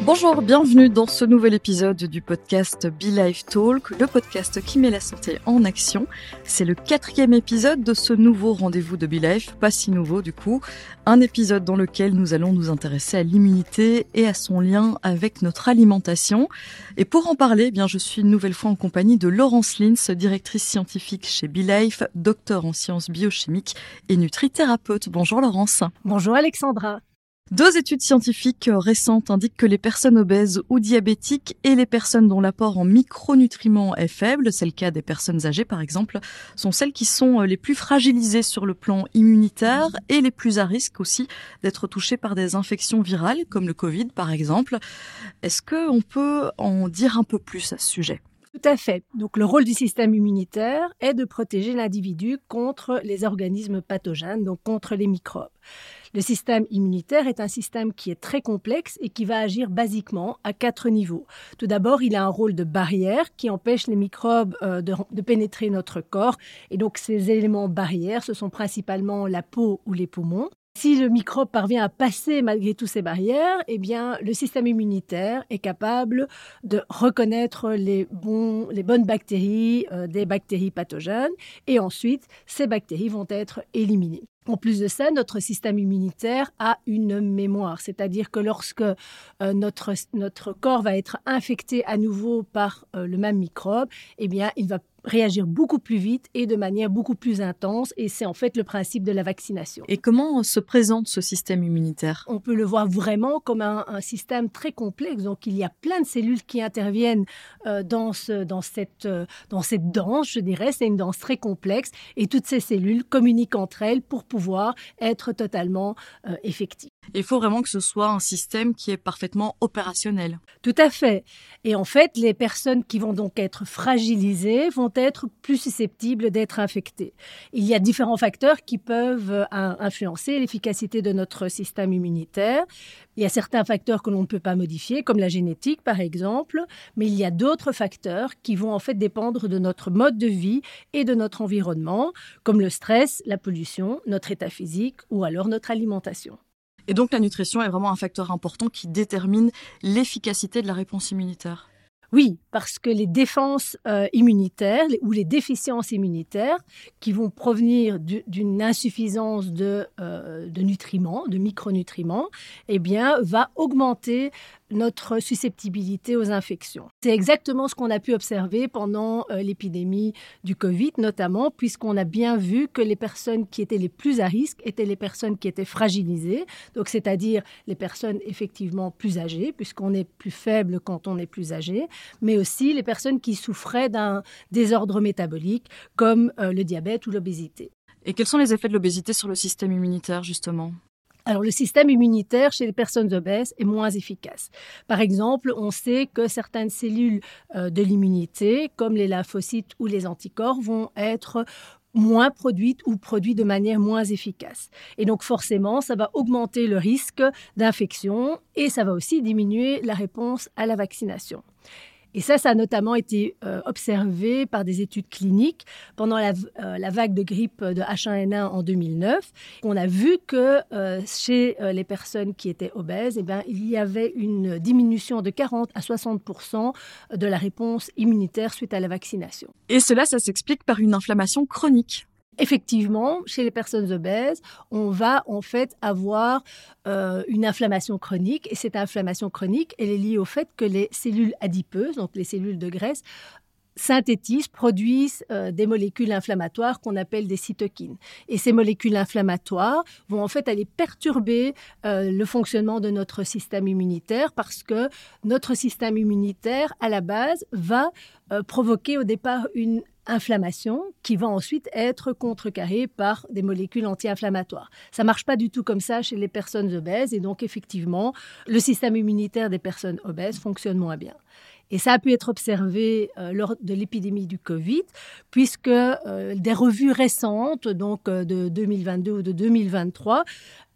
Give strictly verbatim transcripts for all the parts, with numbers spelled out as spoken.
Bonjour, bienvenue dans ce nouvel épisode du podcast Be Life Talk, le podcast qui met la santé en action. C'est le quatrième épisode de ce nouveau rendez-vous de Be Life, pas si nouveau du coup, un épisode dans lequel nous allons nous intéresser à l'immunité et à son lien avec notre alimentation. Et pour en parler, eh bien, je suis une nouvelle fois en compagnie de Laurence Lins, directrice scientifique chez Be Life, docteur en sciences biochimiques et nutrithérapeute. Bonjour Laurence. Bonjour Alexandra. Deux études scientifiques récentes indiquent que les personnes obèses ou diabétiques et les personnes dont l'apport en micronutriments est faible, c'est le cas des personnes âgées par exemple, sont celles qui sont les plus fragilisées sur le plan immunitaire et les plus à risque aussi d'être touchées par des infections virales comme le Covid par exemple. Est-ce qu'on peut en dire un peu plus à ce sujet ? Tout à fait. Donc, le rôle du système immunitaire est de protéger l'individu contre les organismes pathogènes, donc contre les microbes. Le système immunitaire est un système qui est très complexe et qui va agir basiquement à quatre niveaux. Tout d'abord, il a un rôle de barrière qui empêche les microbes euh, de, de pénétrer notre corps. Et donc, ces éléments barrières, ce sont principalement la peau ou les poumons. Si le microbe parvient à passer malgré toutes ces barrières, eh bien, le système immunitaire est capable de reconnaître les, bons, les bonnes bactéries, euh, des bactéries pathogènes, et ensuite, ces bactéries vont être éliminées. En plus de ça, notre système immunitaire a une mémoire, c'est-à-dire que lorsque euh, notre, notre corps va être infecté à nouveau par euh, le même microbe, eh bien, il va réagir beaucoup plus vite et de manière beaucoup plus intense. Et c'est en fait le principe de la vaccination. Et comment se présente ce système immunitaire ? On peut le voir vraiment comme un, un système très complexe. Donc, il y a plein de cellules qui interviennent euh, dans, ce, dans, cette, euh, dans cette danse, je dirais. C'est une danse très complexe. Et toutes ces cellules communiquent entre elles pour pouvoir être totalement euh, effectives. Il faut vraiment que ce soit un système qui est parfaitement opérationnel. Tout à fait. Et en fait, les personnes qui vont donc être fragilisées vont être plus susceptibles d'être infectées. Il y a différents facteurs qui peuvent influencer l'efficacité de notre système immunitaire. Il y a certains facteurs que l'on ne peut pas modifier, comme la génétique par exemple, mais il y a d'autres facteurs qui vont en fait dépendre de notre mode de vie et de notre environnement, comme le stress, la pollution, notre état physique ou alors notre alimentation. Et donc la nutrition est vraiment un facteur important qui détermine l'efficacité de la réponse immunitaire. Oui, parce que les défenses euh, immunitaires ou les déficiences immunitaires qui vont provenir du, d'une insuffisance de, euh, de nutriments, de micronutriments, eh bien, va augmenter notre susceptibilité aux infections. C'est exactement ce qu'on a pu observer pendant euh, l'épidémie du Covid, notamment, puisqu'on a bien vu que les personnes qui étaient les plus à risque étaient les personnes qui étaient fragilisées, donc c'est-à-dire les personnes effectivement plus âgées, puisqu'on est plus faible quand on est plus âgé, mais aussi les personnes qui souffraient d'un désordre métabolique, comme euh, le diabète ou l'obésité. Et quels sont les effets de l'obésité sur le système immunitaire, justement ? Alors, le système immunitaire chez les personnes obèses est moins efficace. Par exemple, on sait que certaines cellules euh, de l'immunité, comme les lymphocytes ou les anticorps, vont être moins produites ou produites de manière moins efficace. Et donc, forcément, ça va augmenter le risque d'infection et ça va aussi diminuer la réponse à la vaccination. Et ça, ça a notamment été euh, observé par des études cliniques pendant la, euh, la vague de grippe de H un N un en deux mille neuf. On a vu que euh, chez euh, les personnes qui étaient obèses, eh bien, il y avait une diminution de quarante à soixante pour cent de la réponse immunitaire suite à la vaccination. Et cela, ça s'explique par une inflammation chronique. Effectivement, chez les personnes obèses, on va en fait avoir euh, une inflammation chronique. Et cette inflammation chronique, elle est liée au fait que les cellules adipeuses, donc les cellules de graisse, synthétisent, produisent euh, des molécules inflammatoires qu'on appelle des cytokines. Et ces molécules inflammatoires vont en fait aller perturber euh, le fonctionnement de notre système immunitaire parce que notre système immunitaire, à la base, va euh, provoquer au départ une inflammation qui va ensuite être contrecarrée par des molécules anti-inflammatoires. Ça ne marche pas du tout comme ça chez les personnes obèses et donc effectivement, le système immunitaire des personnes obèses fonctionne moins bien. Et ça a pu être observé euh, lors de l'épidémie du Covid, puisque euh, des revues récentes, donc euh, de deux mille vingt-deux ou de deux mille vingt-trois,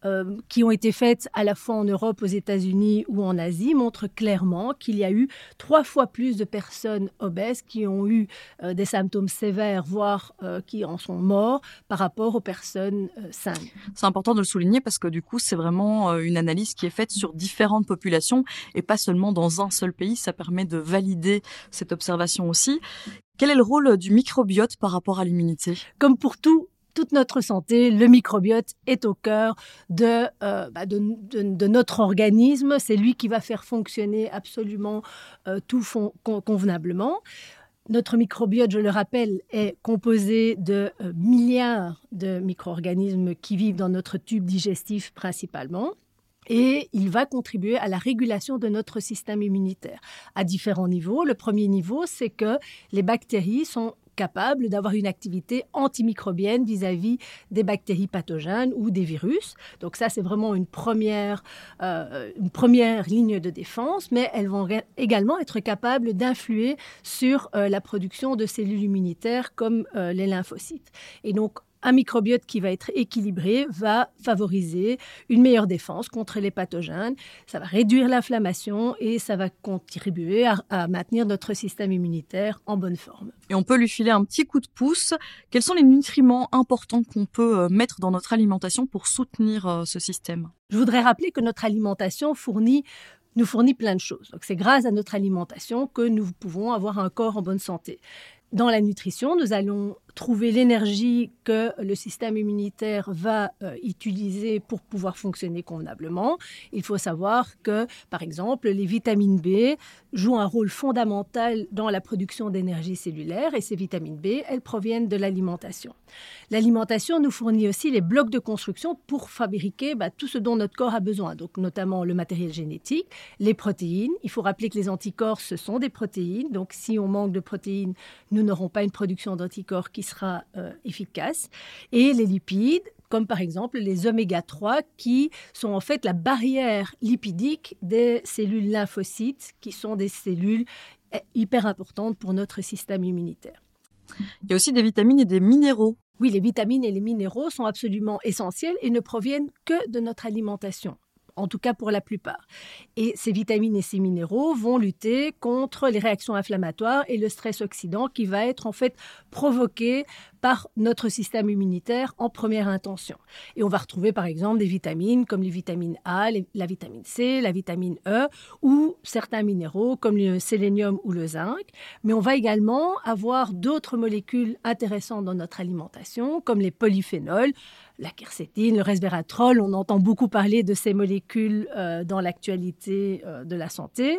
euh, qui ont été faites à la fois en Europe, aux États-Unis ou en Asie montrent clairement qu'il y a eu trois fois plus de personnes obèses qui ont eu euh, des symptômes sévères, voire euh, qui en sont morts par rapport aux personnes euh, saines. C'est important de le souligner parce que du coup, c'est vraiment une analyse qui est faite sur différentes populations et pas seulement dans un seul pays. Ça permet de valider cette observation aussi. Quel est le rôle du microbiote par rapport à l'immunité ? Comme pour tout, toute notre santé, le microbiote est au cœur de, euh, bah de, de, de notre organisme. C'est lui qui va faire fonctionner absolument euh, tout fon- convenablement. Notre microbiote, je le rappelle, est composé de euh, milliards de micro-organismes qui vivent dans notre tube digestif principalement. Et il va contribuer à la régulation de notre système immunitaire à différents niveaux. Le premier niveau, c'est que les bactéries sont capables d'avoir une activité antimicrobienne vis-à-vis des bactéries pathogènes ou des virus. Donc ça, c'est vraiment une première, euh, une première ligne de défense, mais elles vont ré- également être capables d'influer sur euh, la production de cellules immunitaires comme euh, les lymphocytes. Et donc, un microbiote qui va être équilibré va favoriser une meilleure défense contre les pathogènes. Ça va réduire l'inflammation et ça va contribuer à, à maintenir notre système immunitaire en bonne forme. Et on peut lui filer un petit coup de pouce. Quels sont les nutriments importants qu'on peut mettre dans notre alimentation pour soutenir ce système ? Je voudrais rappeler que notre alimentation fournit nous fournit plein de choses. Donc, c'est grâce à notre alimentation que nous pouvons avoir un corps en bonne santé. Dans la nutrition, nous allons trouver l'énergie que le système immunitaire va euh, utiliser pour pouvoir fonctionner convenablement. Il faut savoir que, par exemple, les vitamines B jouent un rôle fondamental dans la production d'énergie cellulaire et ces vitamines B, elles proviennent de l'alimentation. L'alimentation nous fournit aussi les blocs de construction pour fabriquer bah, tout ce dont notre corps a besoin, donc notamment le matériel génétique, les protéines. Il faut rappeler que les anticorps, ce sont des protéines, donc si on manque de protéines, nous n'aurons pas une production d'anticorps qui sera euh, efficace. Et les lipides, comme par exemple les oméga trois, qui sont en fait la barrière lipidique des cellules lymphocytes, qui sont des cellules hyper importantes pour notre système immunitaire. Il y a aussi des vitamines et des minéraux. Oui, les vitamines et les minéraux sont absolument essentiels et ne proviennent que de notre alimentation. En tout cas pour la plupart. Et ces vitamines et ces minéraux vont lutter contre les réactions inflammatoires et le stress oxydant qui va être en fait provoqué par notre système immunitaire en première intention. Et on va retrouver par exemple des vitamines comme les vitamines A, les, la vitamine C, la vitamine E ou certains minéraux comme le sélénium ou le zinc. Mais on va également avoir d'autres molécules intéressantes dans notre alimentation comme les polyphénols, la quercétine, le resveratrol. On entend beaucoup parler de ces molécules euh, dans l'actualité euh, de la santé.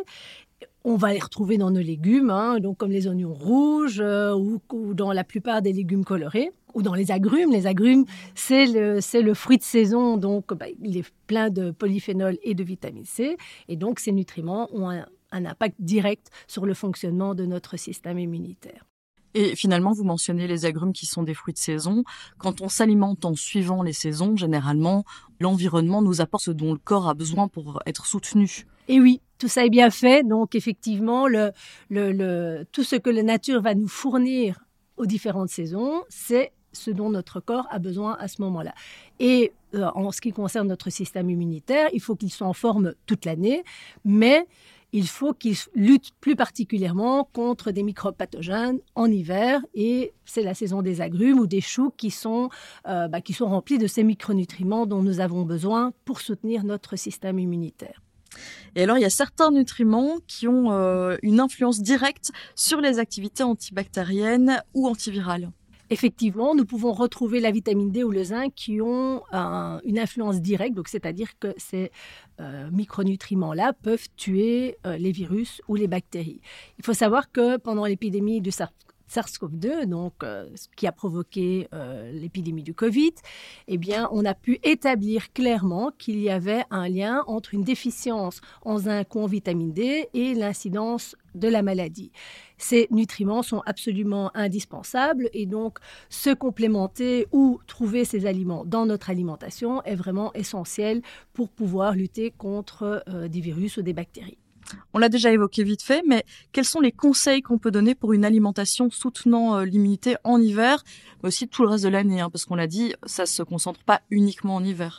On va les retrouver dans nos légumes, hein, donc comme les oignons rouges euh, ou, ou dans la plupart des légumes colorés, ou dans les agrumes. Les agrumes, c'est le, c'est le fruit de saison, donc bah, il est plein de polyphénol et de vitamine C. Et donc, ces nutriments ont un, un impact direct sur le fonctionnement de notre système immunitaire. Et finalement, vous mentionnez les agrumes qui sont des fruits de saison. Quand on s'alimente en suivant les saisons, généralement, l'environnement nous apporte ce dont le corps a besoin pour être soutenu. Et oui, tout ça est bien fait. Donc, effectivement, le, le, le, tout ce que la nature va nous fournir aux différentes saisons, c'est ce dont notre corps a besoin à ce moment-là. Et euh, en ce qui concerne notre système immunitaire, il faut qu'il soit en forme toute l'année, mais il faut qu'il lutte plus particulièrement contre des microbes pathogènes en hiver, et c'est la saison des agrumes ou des choux qui sont, euh, bah, qui sont remplis de ces micronutriments dont nous avons besoin pour soutenir notre système immunitaire. Et alors, il y a certains nutriments qui ont euh, une influence directe sur les activités antibactériennes ou antivirales. Effectivement, nous pouvons retrouver la vitamine D ou le zinc qui ont un, une influence directe, donc c'est-à-dire que ces euh, micronutriments-là peuvent tuer euh, les virus ou les bactéries. Il faut savoir que pendant l'épidémie du SARS SARS-C o V deux, donc, euh, qui a provoqué euh, l'épidémie du Covid, eh bien, on a pu établir clairement qu'il y avait un lien entre une déficience en zinc ou en vitamine D et l'incidence de la maladie. Ces nutriments sont absolument indispensables et donc se complémenter ou trouver ces aliments dans notre alimentation est vraiment essentiel pour pouvoir lutter contre euh, des virus ou des bactéries. On l'a déjà évoqué vite fait, mais quels sont les conseils qu'on peut donner pour une alimentation soutenant euh, l'immunité en hiver, mais aussi tout le reste de l'année, hein, parce qu'on l'a dit, ça ne se concentre pas uniquement en hiver.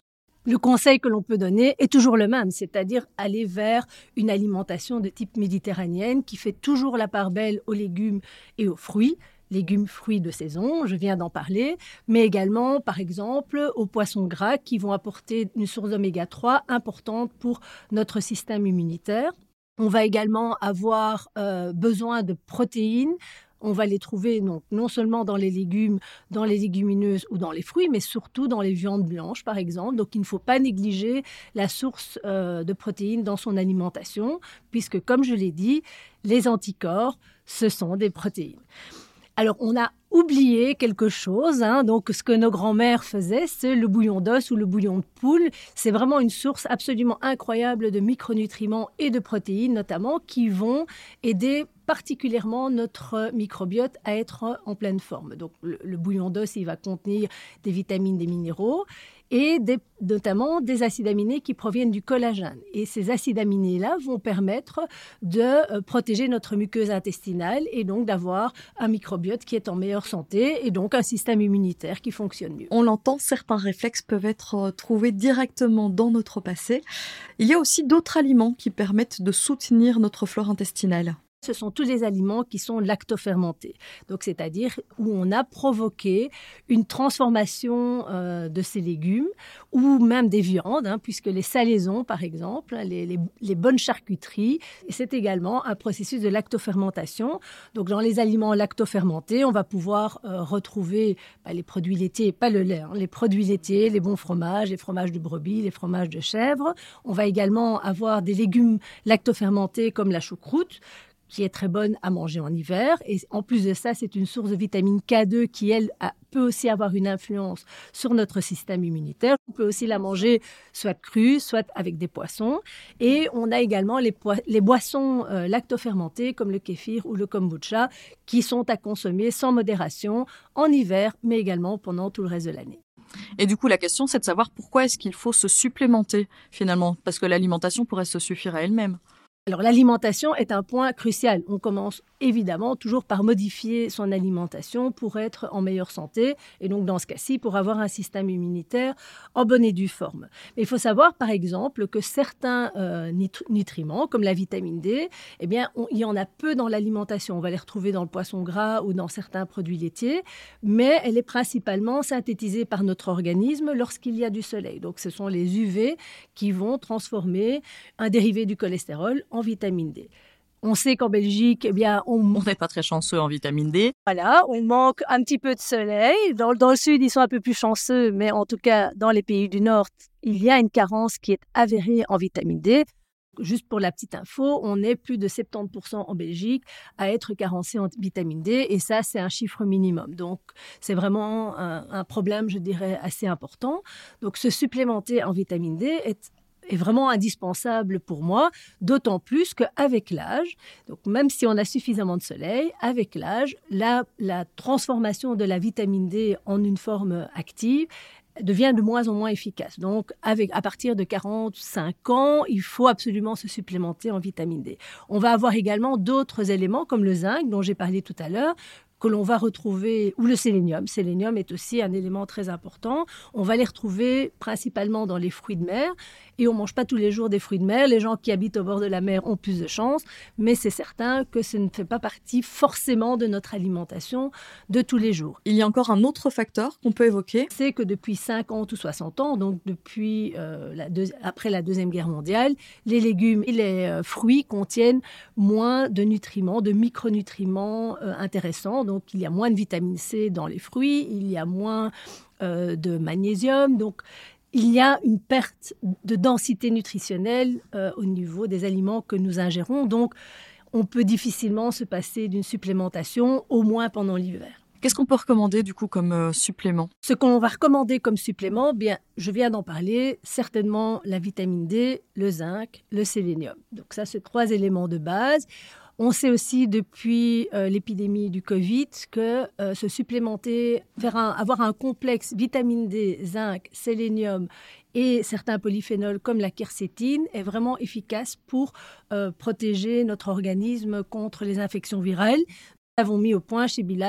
Le conseil que l'on peut donner est toujours le même, c'est-à-dire aller vers une alimentation de type méditerranéenne qui fait toujours la part belle aux légumes et aux fruits, légumes, fruits de saison, je viens d'en parler, mais également, par exemple, aux poissons gras qui vont apporter une source d'oméga trois importante pour notre système immunitaire. On va également avoir euh, besoin de protéines. On va les trouver donc, non seulement dans les légumes, dans les légumineuses ou dans les fruits, mais surtout dans les viandes blanches, par exemple. Donc, il ne faut pas négliger la source euh, de protéines dans son alimentation, puisque, comme je l'ai dit, les anticorps, ce sont des protéines. Alors, on a oublié quelque chose. Hein. Donc, ce que nos grands-mères faisaient, c'est le bouillon d'os ou le bouillon de poule. C'est vraiment une source absolument incroyable de micronutriments et de protéines, notamment, qui vont aider particulièrement notre microbiote à être en pleine forme. Donc, le, le bouillon d'os, il va contenir des vitamines, des minéraux et des, notamment des acides aminés qui proviennent du collagène. Et ces acides aminés-là vont permettre de euh, protéger notre muqueuse intestinale et donc d'avoir un microbiote qui est en meilleure santé et donc un système immunitaire qui fonctionne mieux. On l'entend, certains réflexes peuvent être trouvés directement dans notre passé. Il y a aussi d'autres aliments qui permettent de soutenir notre flore intestinale. Ce sont tous les aliments qui sont lactofermentés, donc c'est-à-dire où on a provoqué une transformation euh, de ces légumes ou même des viandes, hein, puisque les salaisons, par exemple, les, les, les bonnes charcuteries, c'est également un processus de lactofermentation. Donc dans les aliments lactofermentés, on va pouvoir euh, retrouver bah, les produits laitiers, pas le lait, hein, les produits laitiers, les bons fromages, les fromages de brebis, les fromages de chèvre. On va également avoir des légumes lactofermentés comme la choucroute, qui est très bonne à manger en hiver. Et en plus de ça, c'est une source de vitamine K deux qui, elle, a, peut aussi avoir une influence sur notre système immunitaire. On peut aussi la manger soit crue, soit avec des poissons. Et on a également les, po- les boissons euh, lactofermentées comme le kéfir ou le kombucha qui sont à consommer sans modération en hiver, mais également pendant tout le reste de l'année. Et du coup, la question, c'est de savoir pourquoi est-ce qu'il faut se supplémenter, finalement, parce que l'alimentation pourrait se suffire à elle-même. Alors, l'alimentation est un point crucial. On commence évidemment toujours par modifier son alimentation pour être en meilleure santé et donc dans ce cas-ci pour avoir un système immunitaire en bonne et due forme. Mais il faut savoir par exemple que certains euh, nutriments comme la vitamine D, eh bien, on, il y en a peu dans l'alimentation. On va les retrouver dans le poisson gras ou dans certains produits laitiers, mais elle est principalement synthétisée par notre organisme lorsqu'il y a du soleil. Donc, ce sont les U V qui vont transformer un dérivé du cholestérol en vitamine D. On sait qu'en Belgique, eh bien, on On n'est pas très chanceux en vitamine D. Voilà, on manque un petit peu de soleil. Dans, dans le sud, ils sont un peu plus chanceux, mais en tout cas, dans les pays du Nord, il y a une carence qui est avérée en vitamine D. Juste pour la petite info, on est plus de soixante-dix pour cent en Belgique à être carencé en vitamine D et ça, c'est un chiffre minimum. Donc, c'est vraiment un, un problème, je dirais, assez important. Donc, se supplémenter en vitamine D est est vraiment indispensable pour moi, d'autant plus qu'avec l'âge, donc même si on a suffisamment de soleil, avec l'âge, la, la transformation de la vitamine D en une forme active devient de moins en moins efficace. Donc, avec, à partir de quarante-cinq ans, il faut absolument se supplémenter en vitamine D. On va avoir également d'autres éléments comme le zinc, dont j'ai parlé tout à l'heure, que l'on va retrouver, ou le sélénium. Sélénium est aussi un élément très important. On va les retrouver principalement dans les fruits de mer. Et on ne mange pas tous les jours des fruits de mer. Les gens qui habitent au bord de la mer ont plus de chance. Mais c'est certain que ce ne fait pas partie forcément de notre alimentation de tous les jours. Il y a encore un autre facteur qu'on peut évoquer. C'est que depuis cinquante ou soixante ans, donc depuis euh, la deux, après la Deuxième Guerre mondiale, les légumes et les euh, fruits contiennent moins de nutriments, de micronutriments euh, intéressants. Donc, il y a moins de vitamine C dans les fruits, il y a moins euh, de magnésium. Donc, il y a une perte de densité nutritionnelle euh, au niveau des aliments que nous ingérons. Donc, on peut difficilement se passer d'une supplémentation, au moins pendant l'hiver. Qu'est-ce qu'on peut recommander du coup comme euh, supplément ? Ce qu'on va recommander comme supplément, bien, je viens d'en parler, certainement la vitamine D, le zinc, le sélénium. Donc ça, c'est trois éléments de base. On sait aussi depuis euh, l'épidémie du Covid que euh, se supplémenter, faire un, avoir un complexe vitamine D, zinc, sélénium et certains polyphénols comme la quercétine est vraiment efficace pour euh, protéger notre organisme contre les infections virales. Nous avons mis au point chez BeLife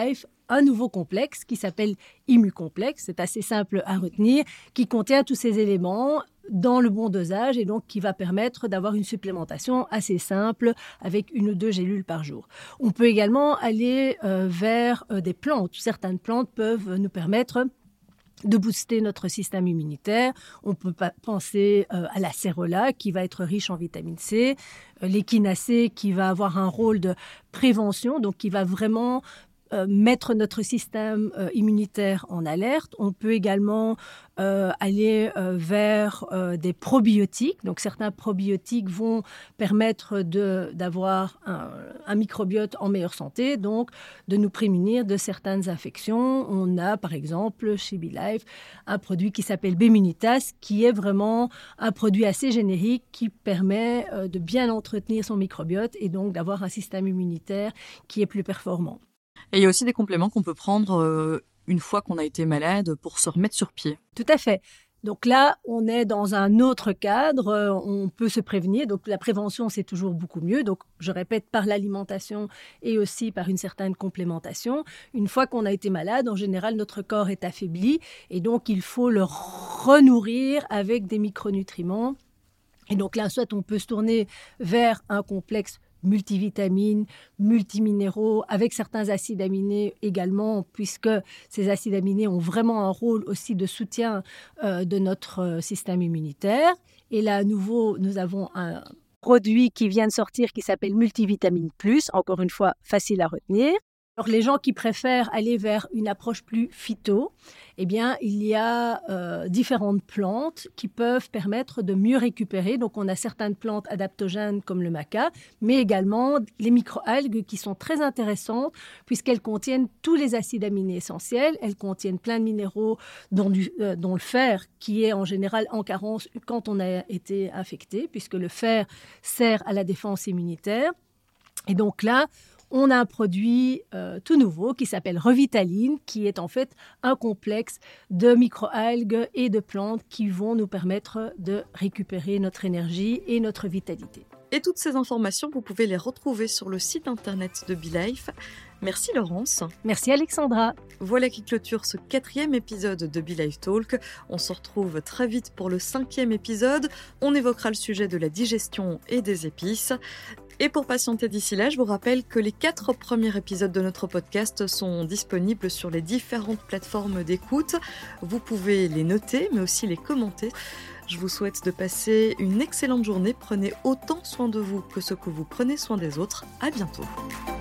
un nouveau complexe qui s'appelle Immucomplexe. C'est assez simple à retenir, qui contient tous ces éléments dans le bon dosage et donc qui va permettre d'avoir une supplémentation assez simple avec une ou deux gélules par jour. On peut également aller euh, vers euh, des plantes. Certaines plantes peuvent nous permettre de booster notre système immunitaire. On peut penser euh, à la cérola qui va être riche en vitamine C, euh, l'échinacée qui va avoir un rôle de prévention, donc qui va vraiment euh, mettre notre système euh, immunitaire en alerte. On peut également euh, aller euh, vers euh, des probiotiques. Donc certains probiotiques vont permettre de, d'avoir un, un microbiote en meilleure santé, donc de nous prémunir de certaines infections. On a par exemple chez BeLife un produit qui s'appelle Bemunitas, qui est vraiment un produit assez générique qui permet euh, de bien entretenir son microbiote et donc d'avoir un système immunitaire qui est plus performant. Et il y a aussi des compléments qu'on peut prendre euh, une fois qu'on a été malade pour se remettre sur pied. Tout à fait. Donc là, on est dans un autre cadre, euh, on peut se prévenir. Donc la prévention, c'est toujours beaucoup mieux. Donc je répète, par l'alimentation et aussi par une certaine complémentation. Une fois qu'on a été malade, en général, notre corps est affaibli et donc il faut le renourrir avec des micronutriments. Et donc là, soit on peut se tourner vers un complexe multivitamines, multiminéraux, avec certains acides aminés également, puisque ces acides aminés ont vraiment un rôle aussi de soutien euh, de notre système immunitaire. Et là, à nouveau, nous avons un produit qui vient de sortir qui s'appelle Multivitamine Plus, encore une fois, facile à retenir. Alors, les gens qui préfèrent aller vers une approche plus phyto, eh bien, il y a euh, différentes plantes qui peuvent permettre de mieux récupérer. Donc, on a certaines plantes adaptogènes comme le maca, mais également les microalgues qui sont très intéressantes puisqu'elles contiennent tous les acides aminés essentiels. Elles contiennent plein de minéraux, dont, du, euh, dont le fer, qui est en général en carence quand on a été infecté, puisque le fer sert à la défense immunitaire. Et donc là, on a un produit euh, tout nouveau qui s'appelle Revitaline, qui est en fait un complexe de microalgues et de plantes qui vont nous permettre de récupérer notre énergie et notre vitalité. Et toutes ces informations, vous pouvez les retrouver sur le site internet de BeLife. Merci Laurence. Merci Alexandra. Voilà qui clôture ce quatrième épisode de BeLife Talk. On se retrouve très vite pour le cinquième épisode. On évoquera le sujet de la digestion et des épices. Et pour patienter d'ici là, je vous rappelle que les quatre premiers épisodes de notre podcast sont disponibles sur les différentes plateformes d'écoute. Vous pouvez les noter, mais aussi les commenter. Je vous souhaite de passer une excellente journée. Prenez autant soin de vous que ce que vous prenez soin des autres. À bientôt.